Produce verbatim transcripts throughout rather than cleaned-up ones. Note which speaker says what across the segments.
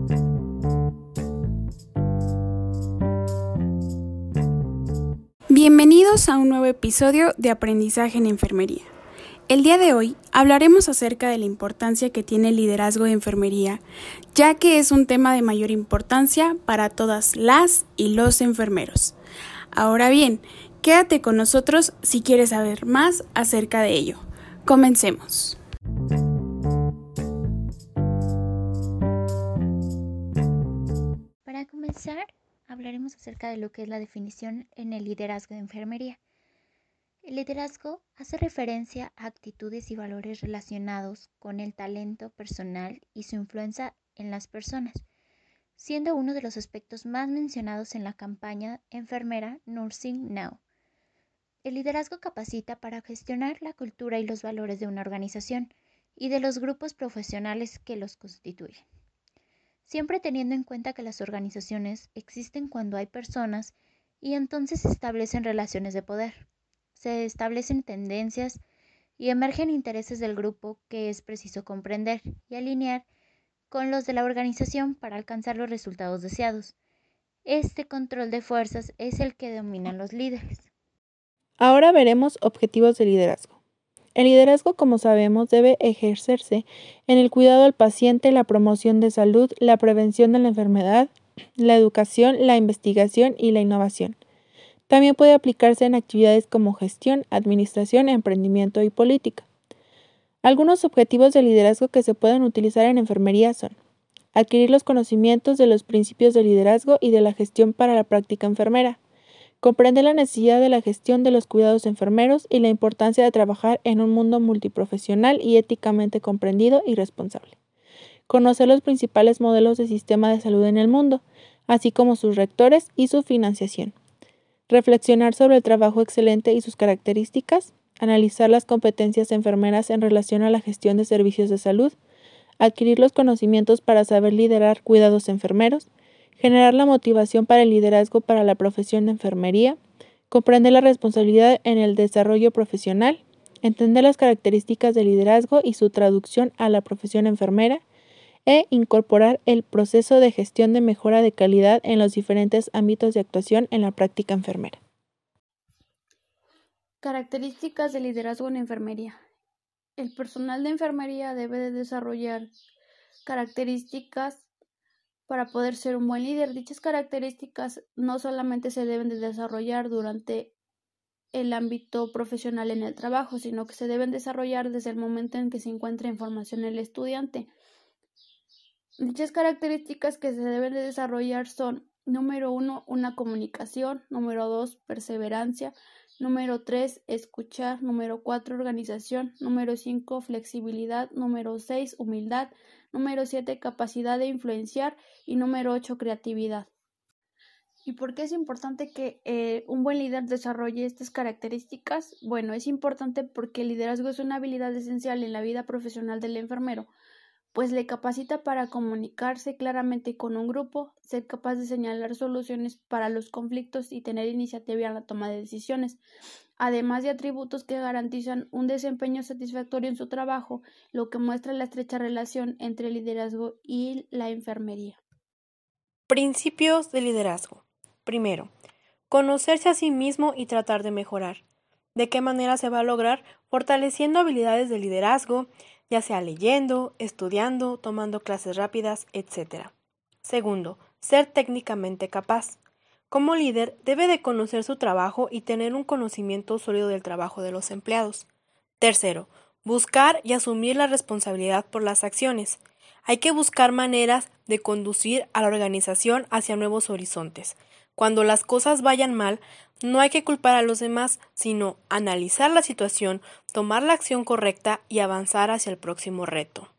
Speaker 1: Bienvenidos a un nuevo episodio de Aprendizaje en Enfermería. El día de hoy hablaremos acerca de la importancia que tiene el liderazgo de enfermería, ya que es un tema de mayor importancia para todas las y los enfermeros. Ahora bien, quédate con nosotros si quieres saber más acerca de ello. Comencemos.
Speaker 2: Para comenzar, hablaremos acerca de lo que es la definición en el liderazgo de enfermería. El liderazgo hace referencia a actitudes y valores relacionados con el talento personal y su influencia en las personas, siendo uno de los aspectos más mencionados en la campaña enfermera Nursing Now. El liderazgo capacita para gestionar la cultura y los valores de una organización y de los grupos profesionales que los constituyen, siempre teniendo en cuenta que las organizaciones existen cuando hay personas y entonces se establecen relaciones de poder, se establecen tendencias y emergen intereses del grupo que es preciso comprender y alinear con los de la organización para alcanzar los resultados deseados. Este control de fuerzas es el que dominan los líderes.
Speaker 3: Ahora veremos objetivos de liderazgo. El liderazgo, como sabemos, debe ejercerse en el cuidado al paciente, la promoción de salud, la prevención de la enfermedad, la educación, la investigación y la innovación. También puede aplicarse en actividades como gestión, administración, emprendimiento y política. Algunos objetivos de liderazgo que se pueden utilizar en enfermería son: adquirir los conocimientos de los principios de liderazgo y de la gestión para la práctica enfermera. Comprender la necesidad de la gestión de los cuidados enfermeros y la importancia de trabajar en un mundo multiprofesional y éticamente comprendido y responsable. Conocer los principales modelos de sistema de salud en el mundo, así como sus rectores y su financiación. Reflexionar sobre el trabajo excelente y sus características. Analizar las competencias enfermeras en relación a la gestión de servicios de salud. Adquirir los conocimientos para saber liderar cuidados enfermeros. Generar la motivación para el liderazgo para la profesión de enfermería, comprender la responsabilidad en el desarrollo profesional, entender las características del liderazgo y su traducción a la profesión enfermera, e incorporar el proceso de gestión de mejora de calidad en los diferentes ámbitos de actuación en la práctica enfermera.
Speaker 1: Características de liderazgo en enfermería. El personal de enfermería debe de desarrollar características para poder ser un buen líder. Dichas características no solamente se deben de desarrollar durante el ámbito profesional en el trabajo, sino que se deben desarrollar desde el momento en que se encuentra en formación el estudiante. Dichas características que se deben de desarrollar son: número uno, una comunicación; número dos, perseverancia; número tres, escuchar; número cuatro, organización; número cinco, flexibilidad; número seis, humildad; número siete, capacidad de influenciar; y número ocho, creatividad. ¿Y por qué es importante que eh, un buen líder desarrolle estas características? Bueno, es importante porque el liderazgo es una habilidad esencial en la vida profesional del enfermero, pues le capacita para comunicarse claramente con un grupo, ser capaz de señalar soluciones para los conflictos y tener iniciativa en la toma de decisiones, además de atributos que garantizan un desempeño satisfactorio en su trabajo, lo que muestra la estrecha relación entre el liderazgo y la enfermería.
Speaker 4: Principios de liderazgo. Primero, conocerse a sí mismo y tratar de mejorar. ¿De qué manera se va a lograr? Fortaleciendo habilidades de liderazgo, ya sea leyendo, estudiando, tomando clases rápidas, etcétera. Segundo, ser técnicamente capaz. Como líder, debe de conocer su trabajo y tener un conocimiento sólido del trabajo de los empleados. Tercero, buscar y asumir la responsabilidad por las acciones. Hay que buscar maneras de conducir a la organización hacia nuevos horizontes. Cuando las cosas vayan mal, no hay que culpar a los demás, sino analizar la situación, tomar la acción correcta y avanzar hacia el próximo reto.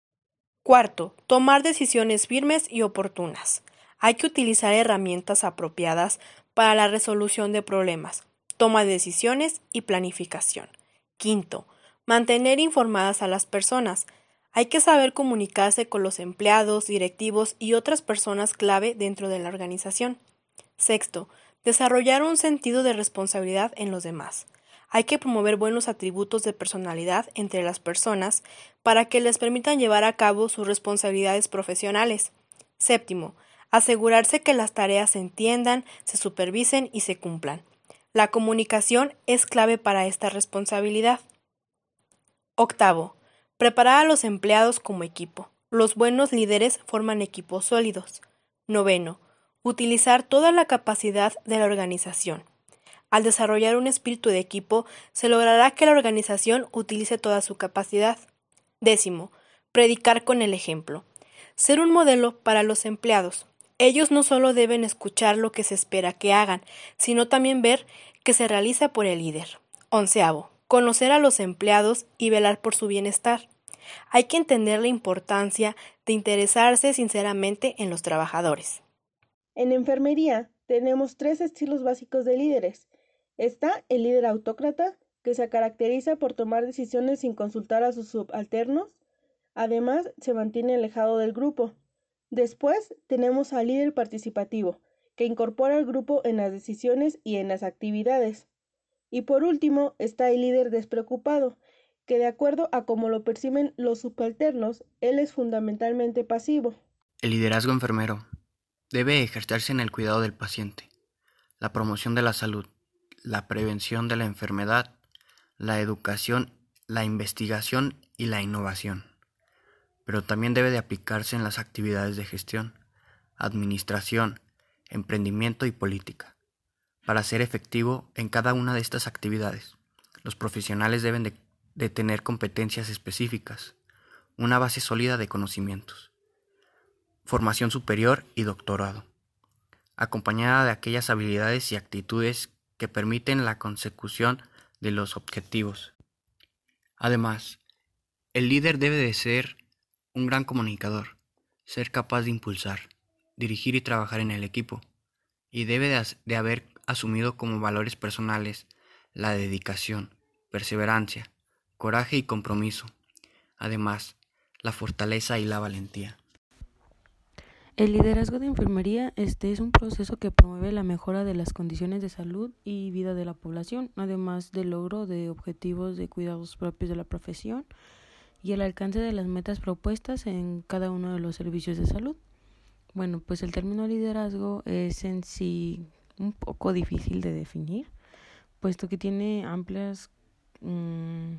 Speaker 4: Cuarto, tomar decisiones firmes y oportunas. Hay que utilizar herramientas apropiadas para la resolución de problemas, toma de decisiones y planificación. Quinto, mantener informadas a las personas. Hay que saber comunicarse con los empleados, directivos y otras personas clave dentro de la organización. Sexto, desarrollar un sentido de responsabilidad en los demás. Hay que promover buenos atributos de personalidad entre las personas para que les permitan llevar a cabo sus responsabilidades profesionales. Séptimo, asegurarse que las tareas se entiendan, se supervisen y se cumplan. La comunicación es clave para esta responsabilidad. Octavo, preparar a los empleados como equipo. Los buenos líderes forman equipos sólidos. Noveno, utilizar toda la capacidad de la organización. Al desarrollar un espíritu de equipo, se logrará que la organización utilice toda su capacidad. Décimo, predicar con el ejemplo. Ser un modelo para los empleados. Ellos no solo deben escuchar lo que se espera que hagan, sino también ver que se realiza por el líder. Onceavo, conocer a los empleados y velar por su bienestar. Hay que entender la importancia de interesarse sinceramente en los trabajadores.
Speaker 3: En enfermería tenemos tres estilos básicos de líderes. Está el líder autócrata, que se caracteriza por tomar decisiones sin consultar a sus subalternos. Además, se mantiene alejado del grupo. Después tenemos al líder participativo, que incorpora al grupo en las decisiones y en las actividades. Y por último está el líder despreocupado, que de acuerdo a cómo lo perciben los subalternos, él es fundamentalmente pasivo.
Speaker 5: El liderazgo enfermero debe ejercerse en el cuidado del paciente, la promoción de la salud, la prevención de la enfermedad, la educación, la investigación y la innovación. Pero también debe de aplicarse en las actividades de gestión, administración, emprendimiento y política. Para ser efectivo en cada una de estas actividades, los profesionales deben de, de tener competencias específicas, una base sólida de conocimientos, formación superior y doctorado, acompañada de aquellas habilidades y actitudes que permiten la consecución de los objetivos. Además, el líder debe de ser un gran comunicador, ser capaz de impulsar, dirigir y trabajar en el equipo, y debe de, de haber asumido como valores personales la dedicación, perseverancia, coraje y compromiso, además, la fortaleza y la valentía.
Speaker 6: El liderazgo de enfermería este es un proceso que promueve la mejora de las condiciones de salud y vida de la población, además del logro de objetivos de cuidados propios de la profesión y el alcance de las metas propuestas en cada uno de los servicios de salud. Bueno, pues el término liderazgo es en sí un poco difícil de definir, puesto que tiene amplias mmm,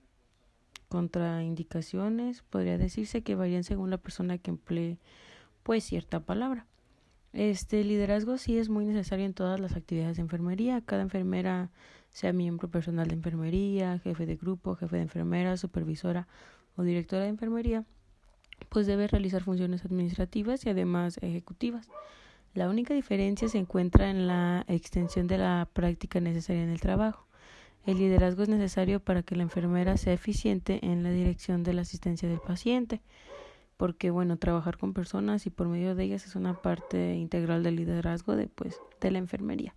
Speaker 6: contraindicaciones. Podría decirse que varían según la persona que emplee pues cierta palabra. Este liderazgo sí es muy necesario en todas las actividades de enfermería. Cada enfermera, sea miembro personal de enfermería, jefe de grupo, jefe de enfermera, supervisora o directora de enfermería, pues debe realizar funciones administrativas y además ejecutivas. La única diferencia se encuentra en la extensión de la práctica necesaria en el trabajo. El liderazgo es necesario para que la enfermera sea eficiente en la dirección de la asistencia del paciente, porque bueno, trabajar con personas y por medio de ellas es una parte integral del liderazgo de, pues, de la enfermería.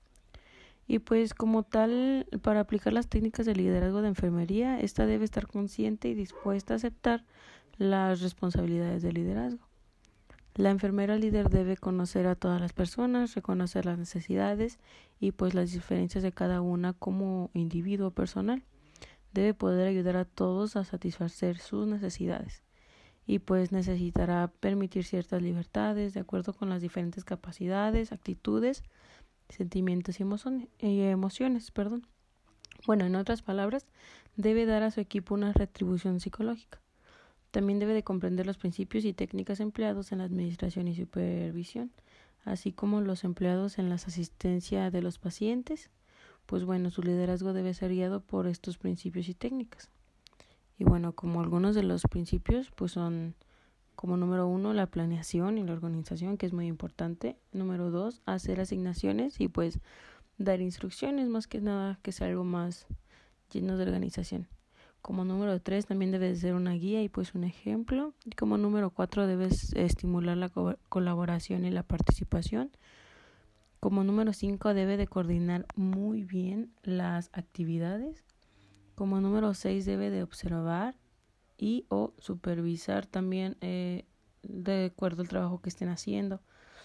Speaker 6: Y pues como tal, para aplicar las técnicas de liderazgo de enfermería, esta debe estar consciente y dispuesta a aceptar las responsabilidades de liderazgo. La enfermera líder debe conocer a todas las personas, reconocer las necesidades y pues las diferencias de cada una como individuo personal. Debe poder ayudar a todos a satisfacer sus necesidades y pues necesitará permitir ciertas libertades de acuerdo con las diferentes capacidades, actitudes, sentimientos y, emociones, y emociones, perdón. Bueno, en otras palabras, debe dar a su equipo una retribución psicológica. También debe de comprender los principios y técnicas empleados en la administración y supervisión, así como los empleados en la asistencia de los pacientes. Pues bueno, su liderazgo debe ser guiado por estos principios y técnicas. Y bueno, como algunos de los principios, pues son como número uno, la planeación y la organización, que es muy importante. Número dos, hacer asignaciones y pues dar instrucciones, más que nada que sea algo más lleno de organización. Como número tres, también debe de ser una guía y pues un ejemplo. Y como número cuatro, debes estimular la co- colaboración y la participación. Como número cinco, debe de coordinar muy bien las actividades. Como número seis, debe de observar y o supervisar también eh, de acuerdo al trabajo que estén haciendo.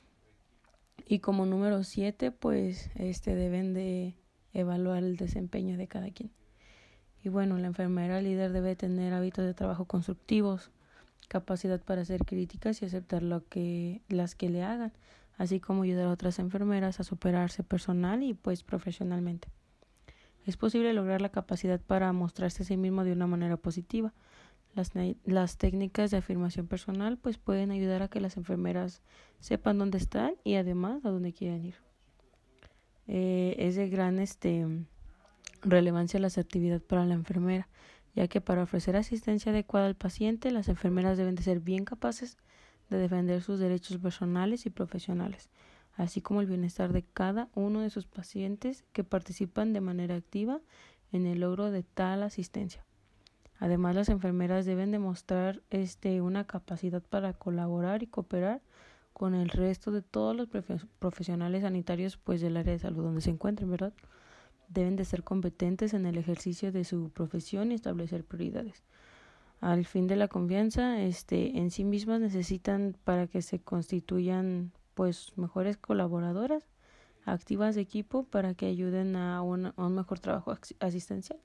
Speaker 6: Y como número siete, pues este deben de evaluar el desempeño de cada quien. Y bueno, la enfermera líder debe tener hábitos de trabajo constructivos, capacidad para ser críticas y aceptar lo que, las que le hagan, así como ayudar a otras enfermeras a superarse personal y pues profesionalmente. Es posible lograr la capacidad para mostrarse a sí mismo de una manera positiva. Las, las técnicas de afirmación personal pues pueden ayudar a que las enfermeras sepan dónde están y además a dónde quieren ir. Eh, es de gran este, relevancia la asertividad para la enfermera, ya que para ofrecer asistencia adecuada al paciente, las enfermeras deben de ser bien capaces de defender sus derechos personales y profesionales, así como el bienestar de cada uno de sus pacientes que participan de manera activa en el logro de tal asistencia. Además, las enfermeras deben demostrar este, una capacidad para colaborar y cooperar con el resto de todos los profesionales sanitarios pues del área de salud donde se encuentren, ¿verdad? Deben de ser competentes en el ejercicio de su profesión y establecer prioridades. Al fin de la confianza, este, en sí mismas necesitan para que se constituyan pues mejores colaboradoras, activas de equipo para que ayuden a, una, a un mejor trabajo asistencial.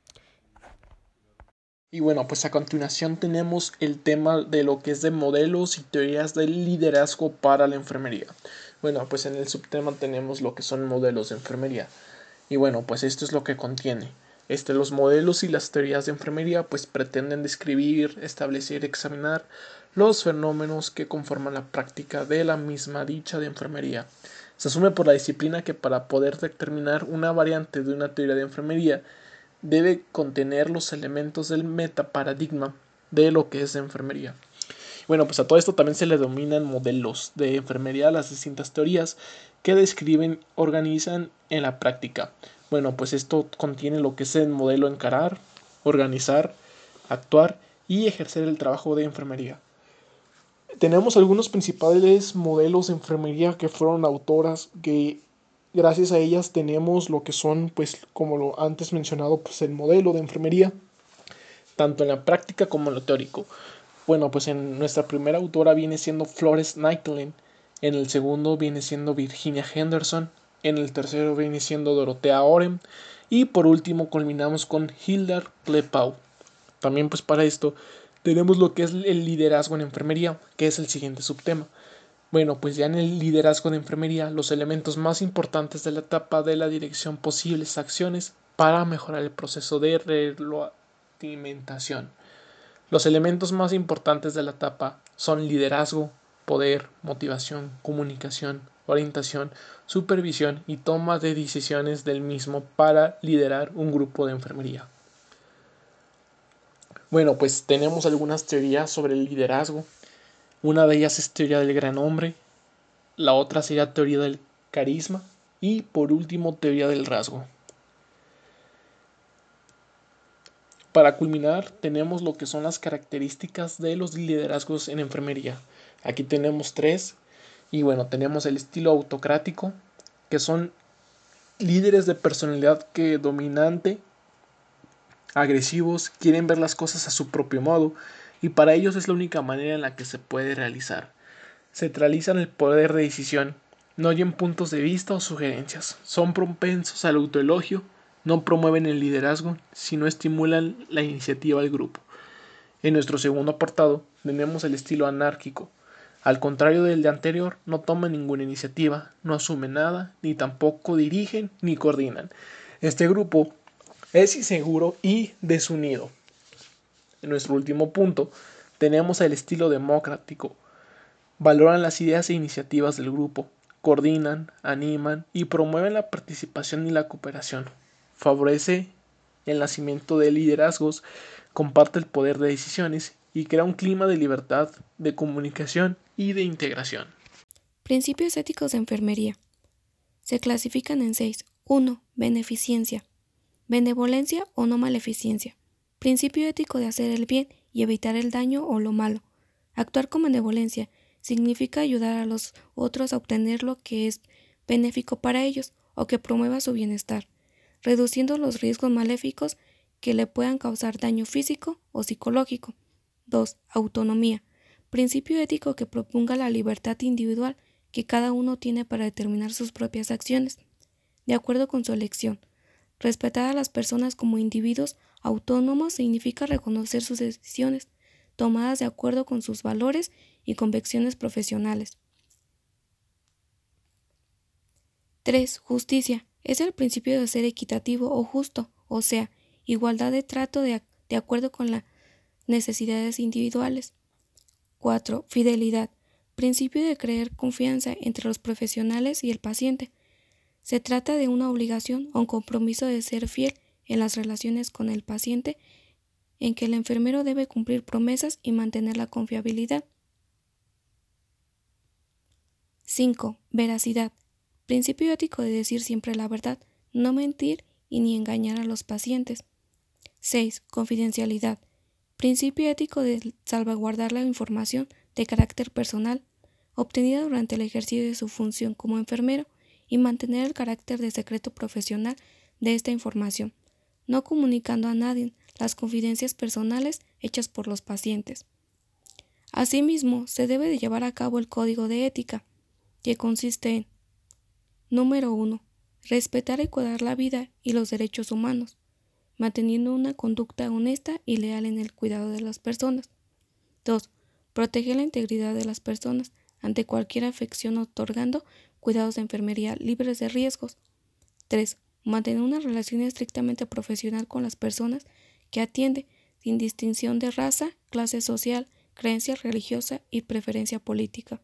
Speaker 7: Y bueno, pues a continuación tenemos el tema de lo que es de modelos y teorías del liderazgo para la enfermería. Bueno, pues en el subtema tenemos lo que son modelos de enfermería. Y bueno, pues esto es lo que contiene. Este, los modelos y las teorías de enfermería pues pretenden describir, establecer, examinar los fenómenos que conforman la práctica de la misma dicha de enfermería. Se asume por la disciplina que para poder determinar una variante de una teoría de enfermería debe contener los elementos del metaparadigma de lo que es enfermería. Bueno, pues a todo esto también se le denominan modelos de enfermería a las distintas teorías que describen, organizan en la práctica. Bueno, pues esto contiene lo que es el modelo encarar, organizar, actuar y ejercer el trabajo de enfermería. Tenemos algunos principales modelos de enfermería que fueron autoras que gracias a ellas tenemos lo que son, pues como lo antes mencionado, pues el modelo de enfermería, tanto en la práctica como en lo teórico. Bueno, pues en nuestra primera autora viene siendo Florence Nightingale, en el segundo viene siendo Virginia Henderson, en el tercero viene siendo Dorothea Oren y por último culminamos con Hilda Plepau. También pues para esto tenemos lo que es el liderazgo en enfermería, que es el siguiente subtema. Bueno, pues ya en el liderazgo de enfermería, los elementos más importantes de la etapa de la dirección, posibles acciones para mejorar el proceso de retroalimentación. Los elementos más importantes de la etapa son liderazgo, poder, motivación, comunicación, orientación, supervisión y toma de decisiones del mismo para liderar un grupo de enfermería. Bueno, pues tenemos algunas teorías sobre el liderazgo. Una de ellas es teoría del gran hombre, la otra sería teoría del carisma y por último teoría del rasgo. Para culminar tenemos lo que son las características de los liderazgos en enfermería. Aquí tenemos tres y bueno, tenemos el estilo autocrático, que son líderes de personalidad que dominante, agresivos, quieren ver las cosas a su propio modo y para ellos es la única manera en la que se puede realizar. Centralizan el poder de decisión, no oyen puntos de vista o sugerencias, son propensos al autoelogio, no promueven el liderazgo, sino estimulan la iniciativa del grupo. En nuestro segundo apartado tenemos el estilo anárquico. Al contrario del de anterior, no toman ninguna iniciativa, no asumen nada, ni tampoco dirigen ni coordinan. Este grupo es inseguro y desunido. En nuestro último punto tenemos el estilo democrático. Valoran las ideas e iniciativas del grupo, coordinan, animan y promueven la participación y la cooperación. Favorece el nacimiento de liderazgos, comparte el poder de decisiones y crea un clima de libertad, de comunicación y de integración.
Speaker 8: Principios éticos de enfermería. Se clasifican en seis. uno. Beneficencia. Benevolencia o no maleficencia. Principio ético de hacer el bien y evitar el daño o lo malo. Actuar con benevolencia significa ayudar a los otros a obtener lo que es benéfico para ellos o que promueva su bienestar, reduciendo los riesgos maléficos que le puedan causar daño físico o psicológico. dos. Autonomía. Principio ético que proponga la libertad individual que cada uno tiene para determinar sus propias acciones, de acuerdo con su elección. Respetar a las personas como individuos autónomos significa reconocer sus decisiones, tomadas de acuerdo con sus valores y convicciones profesionales. tres. Justicia. Es el principio de ser equitativo o justo, o sea, igualdad de trato de, de acuerdo con las necesidades individuales. cuatro. Fidelidad. Principio de crear confianza entre los profesionales y el paciente. Se trata de una obligación o un compromiso de ser fiel en las relaciones con el paciente, en que el enfermero debe cumplir promesas y mantener la confiabilidad. cinco. Veracidad. Principio ético de decir siempre la verdad, no mentir y ni engañar a los pacientes. seis. Confidencialidad. Principio ético de salvaguardar la información de carácter personal obtenida durante el ejercicio de su función como enfermero y mantener el carácter de secreto profesional de esta información, no comunicando a nadie las confidencias personales hechas por los pacientes. Asimismo, se debe de llevar a cabo el código de ética, que consiste en: número uno. Respetar y cuidar la vida y los derechos humanos, manteniendo una conducta honesta y leal en el cuidado de las personas. dos. Proteger la integridad de las personas ante cualquier afección, otorgando cuidados de enfermería libres de riesgos. tres. Mantener una relación estrictamente profesional con las personas que atiende, sin distinción de raza, clase social, creencia religiosa y preferencia política.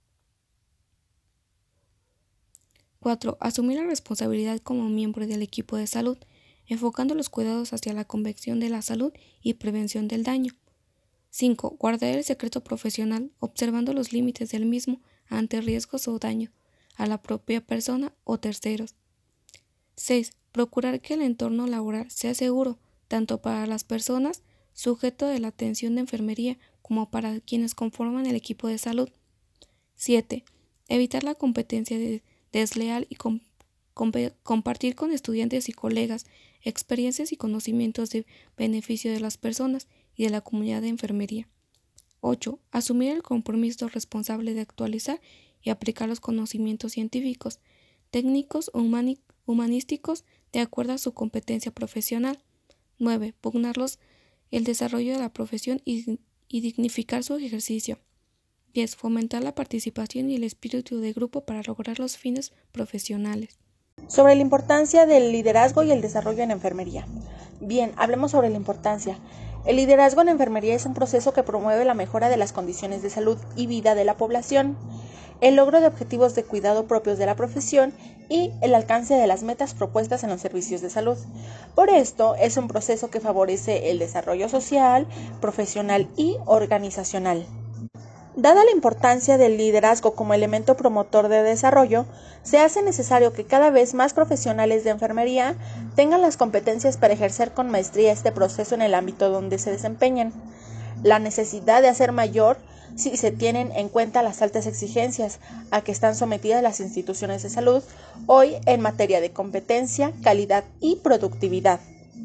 Speaker 8: cuatro. Asumir la responsabilidad como miembro del equipo de salud, enfocando los cuidados hacia la convención de la salud y prevención del daño. cinco. Guardar el secreto profesional, observando los límites del mismo ante riesgos o daño a la propia persona o terceros. seis. Procurar que el entorno laboral sea seguro, tanto para las personas sujeto de la atención de enfermería como para quienes conforman el equipo de salud. siete. Evitar la competencia de desleal y com com compartir con estudiantes y colegas experiencias y conocimientos de beneficio de las personas y de la comunidad de enfermería. ocho. Asumir el compromiso responsable de actualizar y aplicar los conocimientos científicos, técnicos o humanísticos de acuerdo a su competencia profesional. nueve. Pugnarlos el desarrollo de la profesión y, y dignificar su ejercicio. diez. Fomentar la participación y el espíritu de grupo para lograr los fines profesionales.
Speaker 9: Sobre la importancia del liderazgo y el desarrollo en enfermería. Bien, hablemos sobre la importancia. El liderazgo en enfermería es un proceso que promueve la mejora de las condiciones de salud y vida de la población, el logro de objetivos de cuidado propios de la profesión y el alcance de las metas propuestas en los servicios de salud. Por esto, es un proceso que favorece el desarrollo social, profesional y organizacional. Dada la importancia del liderazgo como elemento promotor de desarrollo, se hace necesario que cada vez más profesionales de enfermería tengan las competencias para ejercer con maestría este proceso en el ámbito donde se desempeñan. La necesidad de hacer mayor si se tienen en cuenta las altas exigencias a que están sometidas las instituciones de salud hoy en materia de competencia, calidad y productividad.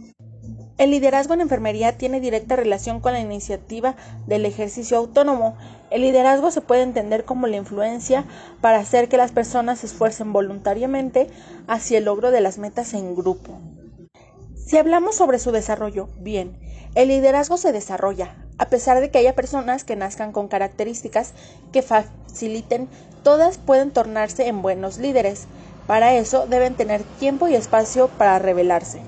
Speaker 9: El liderazgo en enfermería tiene directa relación con la iniciativa del ejercicio autónomo. El liderazgo se puede entender como la influencia para hacer que las personas se esfuercen voluntariamente hacia el logro de las metas en grupo. Si hablamos sobre su desarrollo, bien, el liderazgo se desarrolla, a pesar de que haya personas que nazcan con características que faciliten, todas pueden tornarse en buenos líderes. Para eso deben tener tiempo y espacio para revelarse.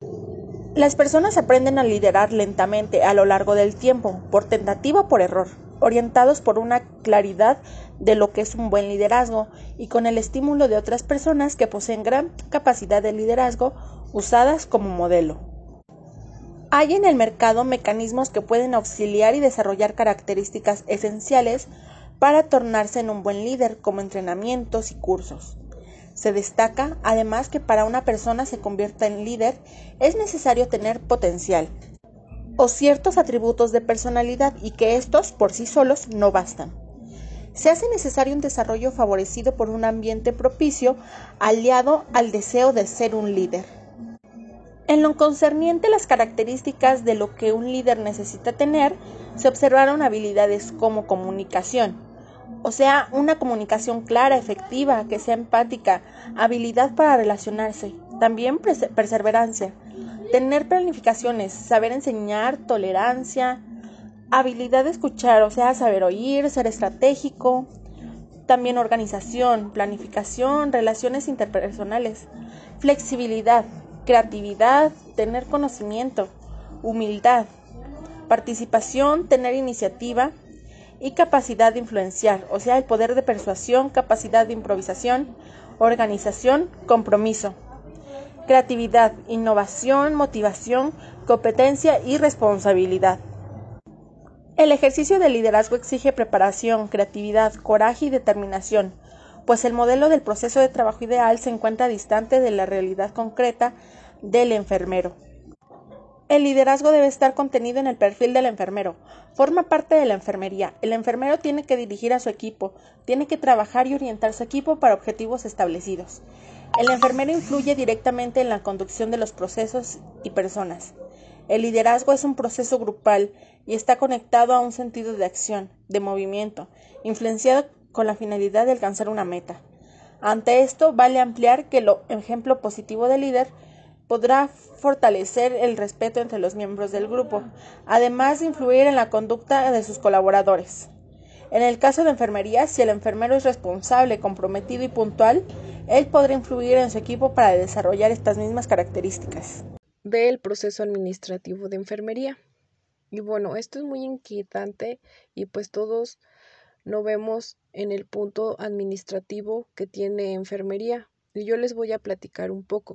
Speaker 9: Las personas aprenden a liderar lentamente a lo largo del tiempo, por tentativa o por error, orientados por una claridad de lo que es un buen liderazgo y con el estímulo de otras personas que poseen gran capacidad de liderazgo usadas como modelo. Hay en el mercado mecanismos que pueden auxiliar y desarrollar características esenciales para tornarse en un buen líder, como entrenamientos y cursos. Se destaca, además, que para una persona se convierta en líder es necesario tener potencial o ciertos atributos de personalidad y que estos por sí solos no bastan. Se hace necesario un desarrollo favorecido por un ambiente propicio, aliado al deseo de ser un líder. En lo concerniente a las características de lo que un líder necesita tener, se observaron habilidades como comunicación, o sea, una comunicación clara, efectiva, que sea empática, habilidad para relacionarse, también perseverancia, tener planificaciones, saber enseñar, tolerancia, habilidad de escuchar, o sea, saber oír, ser estratégico, también organización, planificación, relaciones interpersonales, flexibilidad, creatividad, tener conocimiento, humildad, participación, tener iniciativa y capacidad de influenciar, o sea, el poder de persuasión, capacidad de improvisación, organización, compromiso, creatividad, innovación, motivación, competencia y responsabilidad. El ejercicio del liderazgo exige preparación, creatividad, coraje y determinación, pues el modelo del proceso de trabajo ideal se encuentra distante de la realidad concreta del enfermero. El liderazgo debe estar contenido en el perfil del enfermero. Forma parte de la enfermería. El enfermero tiene que dirigir a su equipo, tiene que trabajar y orientar su equipo para objetivos establecidos. El enfermero influye directamente en la conducción de los procesos y personas. El liderazgo es un proceso grupal y está conectado a un sentido de acción, de movimiento, influenciado con la finalidad de alcanzar una meta. Ante esto, vale ampliar que el ejemplo positivo del líder podrá fortalecer el respeto entre los miembros del grupo, además de influir en la conducta de sus colaboradores. En el caso de enfermería, si el enfermero es responsable, comprometido y puntual, él podrá influir en su equipo para desarrollar estas mismas características.
Speaker 10: Del proceso administrativo de enfermería. Y bueno, esto es muy inquietante y pues todos no vemos en el punto administrativo que tiene enfermería. Y yo les voy a platicar un poco.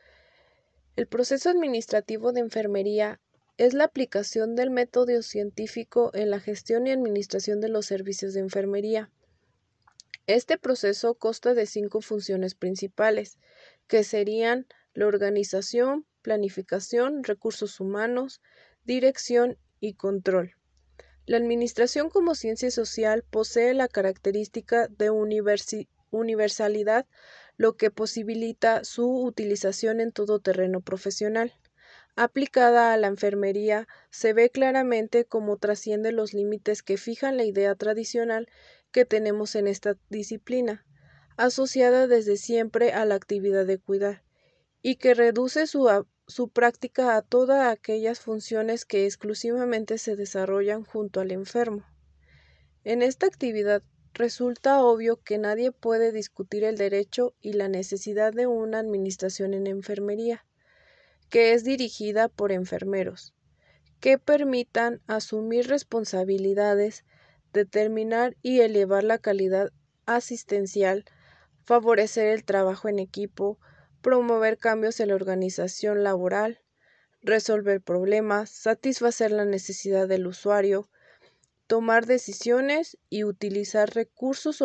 Speaker 10: El proceso administrativo de enfermería es la aplicación del método científico en la gestión y administración de los servicios de enfermería. Este proceso consta de cinco funciones principales, que serían la organización, planificación, recursos humanos, dirección y control. La administración como ciencia social posee la característica de universi- universalidad, lo que posibilita su utilización en todo terreno profesional. Aplicada a la enfermería, se ve claramente cómo trasciende los límites que fijan la idea tradicional que tenemos en esta disciplina, asociada desde siempre a la actividad de cuidar, y que reduce su, a, su práctica a todas aquellas funciones que exclusivamente se desarrollan junto al enfermo. En esta actividad resulta obvio que nadie puede discutir el derecho y la necesidad de una administración en enfermería, que es dirigida por enfermeros, que permitan asumir responsabilidades, determinar y elevar la calidad asistencial, favorecer el trabajo en equipo, promover cambios en la organización laboral, resolver problemas, satisfacer la necesidad del usuario, tomar decisiones y utilizar recursos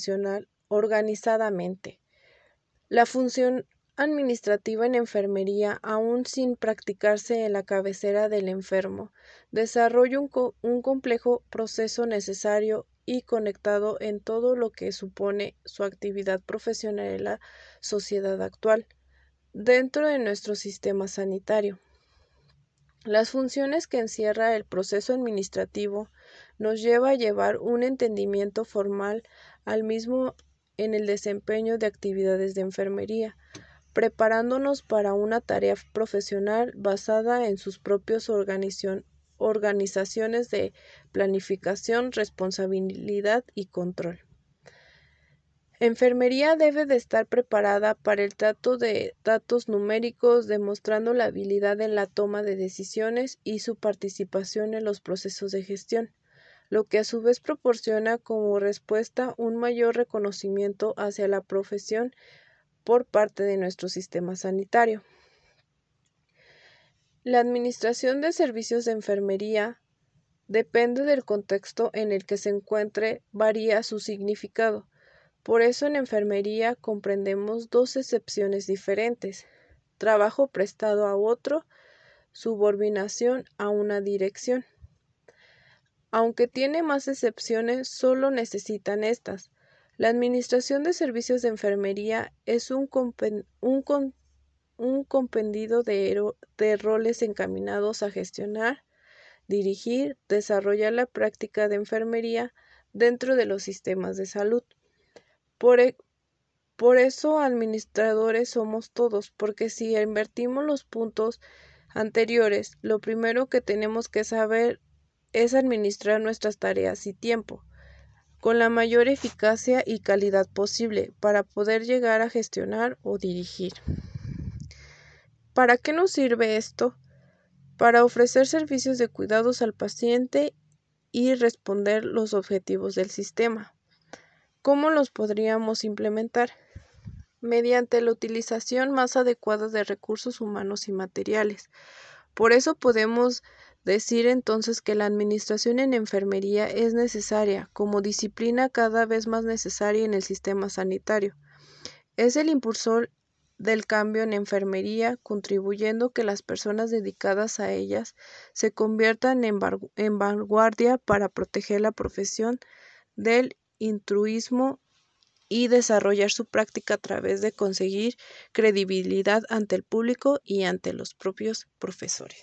Speaker 10: organizadamente. La función administrativa en enfermería, aún sin practicarse en la cabecera del enfermo, desarrolla un, co- un complejo proceso necesario y conectado en todo lo que supone su actividad profesional en la sociedad actual, dentro de nuestro sistema sanitario. Las funciones que encierra el proceso administrativo nos lleva a llevar un entendimiento formal al mismo en el desempeño de actividades de enfermería, preparándonos para una tarea profesional basada en sus propias organizaciones de planificación, responsabilidad y control. Enfermería debe de estar preparada para el trato de datos numéricos, demostrando la habilidad en la toma de decisiones y su participación en los procesos de gestión, lo que a su vez proporciona como respuesta un mayor reconocimiento hacia la profesión por parte de nuestro sistema sanitario. La administración de servicios de enfermería depende del contexto en el que se encuentre, varía su significado. Por eso en enfermería comprendemos dos acepciones diferentes: trabajo prestado a otro, subordinación a una dirección. Aunque tiene más excepciones, solo necesitan estas. La administración de servicios de enfermería es un, compen un, con un compendio de, de roles encaminados a gestionar, dirigir, desarrollar la práctica de enfermería dentro de los sistemas de salud. Por, e por eso administradores somos todos, porque si invertimos los puntos anteriores, lo primero que tenemos que saber es administrar nuestras tareas y tiempo con la mayor eficacia y calidad posible para poder llegar a gestionar o dirigir. ¿Para qué nos sirve esto? Para ofrecer servicios de cuidados al paciente y responder los objetivos del sistema. ¿Cómo los podríamos implementar? Mediante la utilización más adecuada de recursos humanos y materiales. Por eso podemos decir entonces que la administración en enfermería es necesaria como disciplina cada vez más necesaria en el sistema sanitario. Es el impulsor del cambio en enfermería, contribuyendo que las personas dedicadas a ellas se conviertan en, en vanguardia para proteger la profesión del intruismo y desarrollar su práctica a través de conseguir credibilidad ante el público y ante los propios profesores.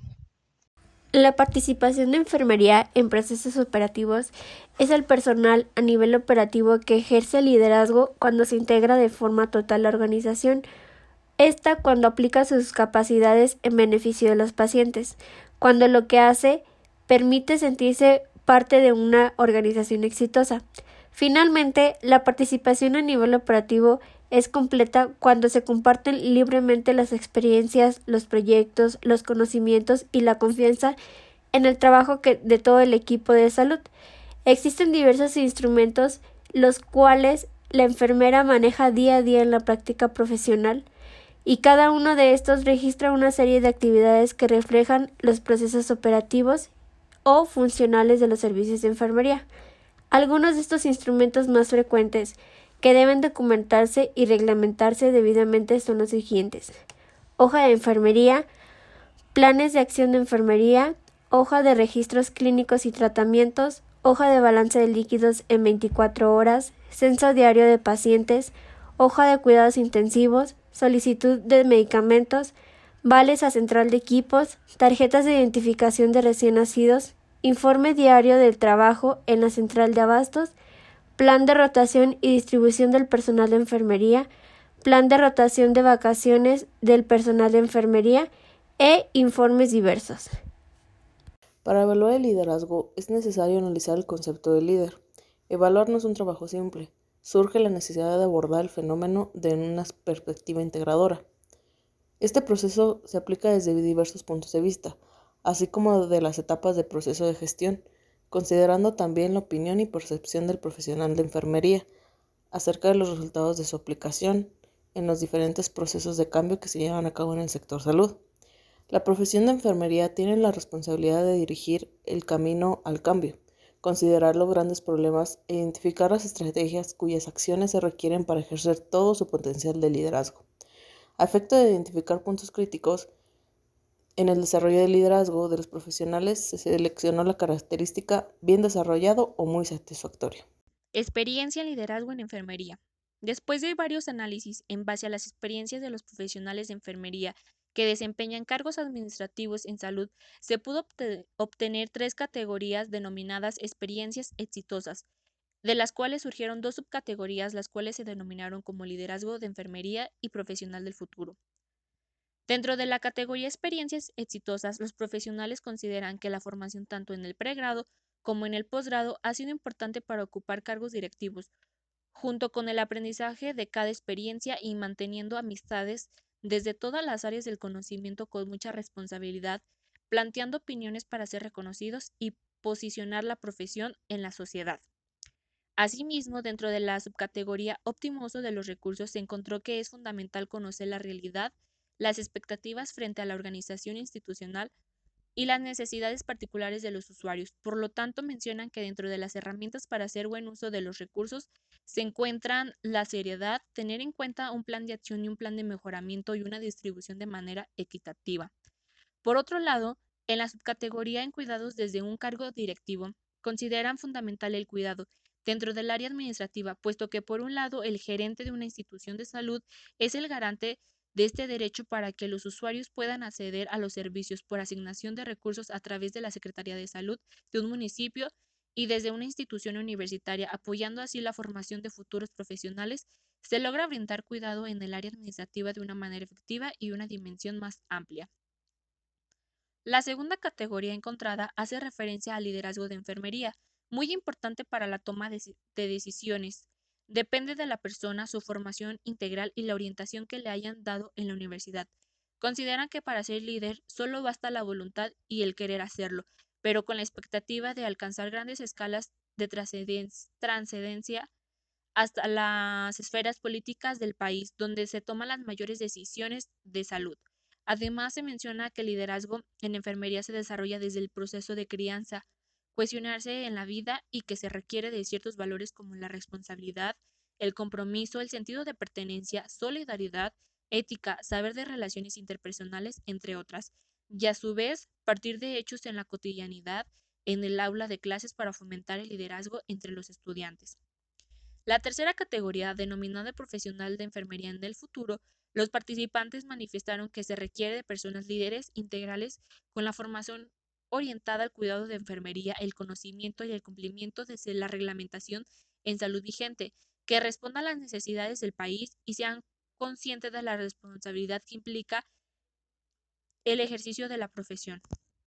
Speaker 11: La participación de enfermería en procesos operativos es el personal a nivel operativo que ejerce liderazgo cuando se integra de forma total a la organización. Esta cuando aplica sus capacidades en beneficio de los pacientes, cuando lo que hace permite sentirse parte de una organización exitosa. Finalmente, la participación a nivel operativo es completa cuando se comparten libremente las experiencias, los proyectos, los conocimientos y la confianza en el trabajo que, de todo el equipo de salud. Existen diversos instrumentos los cuales la enfermera maneja día a día en la práctica profesional y cada uno de estos registra una serie de actividades que reflejan los procesos operativos o funcionales de los servicios de enfermería. Algunos de estos instrumentos más frecuentes que deben documentarse y reglamentarse debidamente son los siguientes: hoja de enfermería, planes de acción de enfermería, hoja de registros clínicos y tratamientos, hoja de balance de líquidos en veinticuatro horas, censo diario de pacientes, hoja de cuidados intensivos, solicitud de medicamentos, vales a central de equipos, tarjetas de identificación de recién nacidos, informe diario del trabajo en la central de abastos, plan de rotación y distribución del personal de enfermería, plan de rotación de vacaciones del personal de enfermería e informes diversos.
Speaker 12: Para evaluar el liderazgo es necesario analizar el concepto de líder. Evaluar no es un trabajo simple. Surge la necesidad de abordar el fenómeno de una perspectiva integradora. Este proceso se aplica desde diversos puntos de vista, así como de las etapas del proceso de gestión, considerando también la opinión y percepción del profesional de enfermería acerca de los resultados de su aplicación en los diferentes procesos de cambio que se llevan a cabo en el sector salud. La profesión de enfermería tiene la responsabilidad de dirigir el camino al cambio, considerar los grandes problemas e identificar las estrategias cuyas acciones se requieren para ejercer todo su potencial de liderazgo. A efecto de identificar puntos críticos en el desarrollo del liderazgo de los profesionales, se seleccionó la característica bien desarrollado o muy satisfactorio.
Speaker 13: Experiencia en liderazgo en enfermería. Después de varios análisis en base a las experiencias de los profesionales de enfermería que desempeñan cargos administrativos en salud, se pudo obtener tres categorías denominadas experiencias exitosas, de las cuales surgieron dos subcategorías, las cuales se denominaron como liderazgo de enfermería y profesional del futuro. Dentro de la categoría experiencias exitosas, los profesionales consideran que la formación tanto en el pregrado como en el posgrado ha sido importante para ocupar cargos directivos, junto con el aprendizaje de cada experiencia y manteniendo amistades desde todas las áreas del conocimiento con mucha responsabilidad, planteando opiniones para ser reconocidos y posicionar la profesión en la sociedad. Asimismo, dentro de la subcategoría óptimo uso de los recursos, se encontró que es fundamental conocer la realidad, las expectativas frente a la organización institucional y las necesidades particulares de los usuarios. Por lo tanto, mencionan que dentro de las herramientas para hacer buen uso de los recursos se encuentran la seriedad, tener en cuenta un plan de acción y un plan de mejoramiento y una distribución de manera equitativa. Por otro lado, en la subcategoría en cuidados desde un cargo directivo, consideran fundamental el cuidado dentro del área administrativa, puesto que por un lado el gerente de una institución de salud es el garante de este derecho para que los usuarios puedan acceder a los servicios por asignación de recursos a través de la Secretaría de Salud de un municipio y desde una institución universitaria, apoyando así la formación de futuros profesionales, se logra brindar cuidado en el área administrativa de una manera efectiva y una dimensión más amplia. La segunda categoría encontrada hace referencia al liderazgo de enfermería, muy importante para la toma de, de decisiones. Depende de la persona, su formación integral y la orientación que le hayan dado en la universidad. Consideran que para ser líder solo basta la voluntad y el querer hacerlo, pero con la expectativa de alcanzar grandes escalas de trascendencia hasta las esferas políticas del país, donde se toman las mayores decisiones de salud. Además, se menciona que el liderazgo en enfermería se desarrolla desde el proceso de crianza, cuestionarse en la vida y que se requiere de ciertos valores como la responsabilidad, el compromiso, el sentido de pertenencia, solidaridad, ética, saber de relaciones interpersonales, entre otras, y a su vez partir de hechos en la cotidianidad, en el aula de clases para fomentar el liderazgo entre los estudiantes. La tercera categoría, denominada profesional de enfermería en el futuro, los participantes manifestaron que se requiere de personas líderes integrales con la formación orientada al cuidado de enfermería, el conocimiento y el cumplimiento de la reglamentación en salud vigente, que responda a las necesidades del país y sean conscientes de la responsabilidad que implica el ejercicio de la profesión.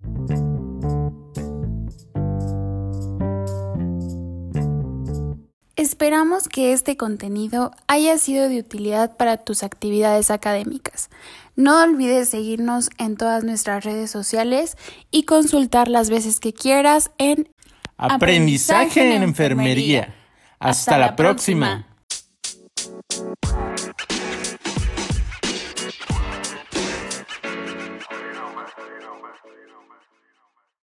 Speaker 1: Esperamos que este contenido haya sido de utilidad para tus actividades académicas. No olvides seguirnos en todas nuestras redes sociales y consultar las veces que quieras en
Speaker 14: Aprendizaje en Enfermería. Hasta la próxima.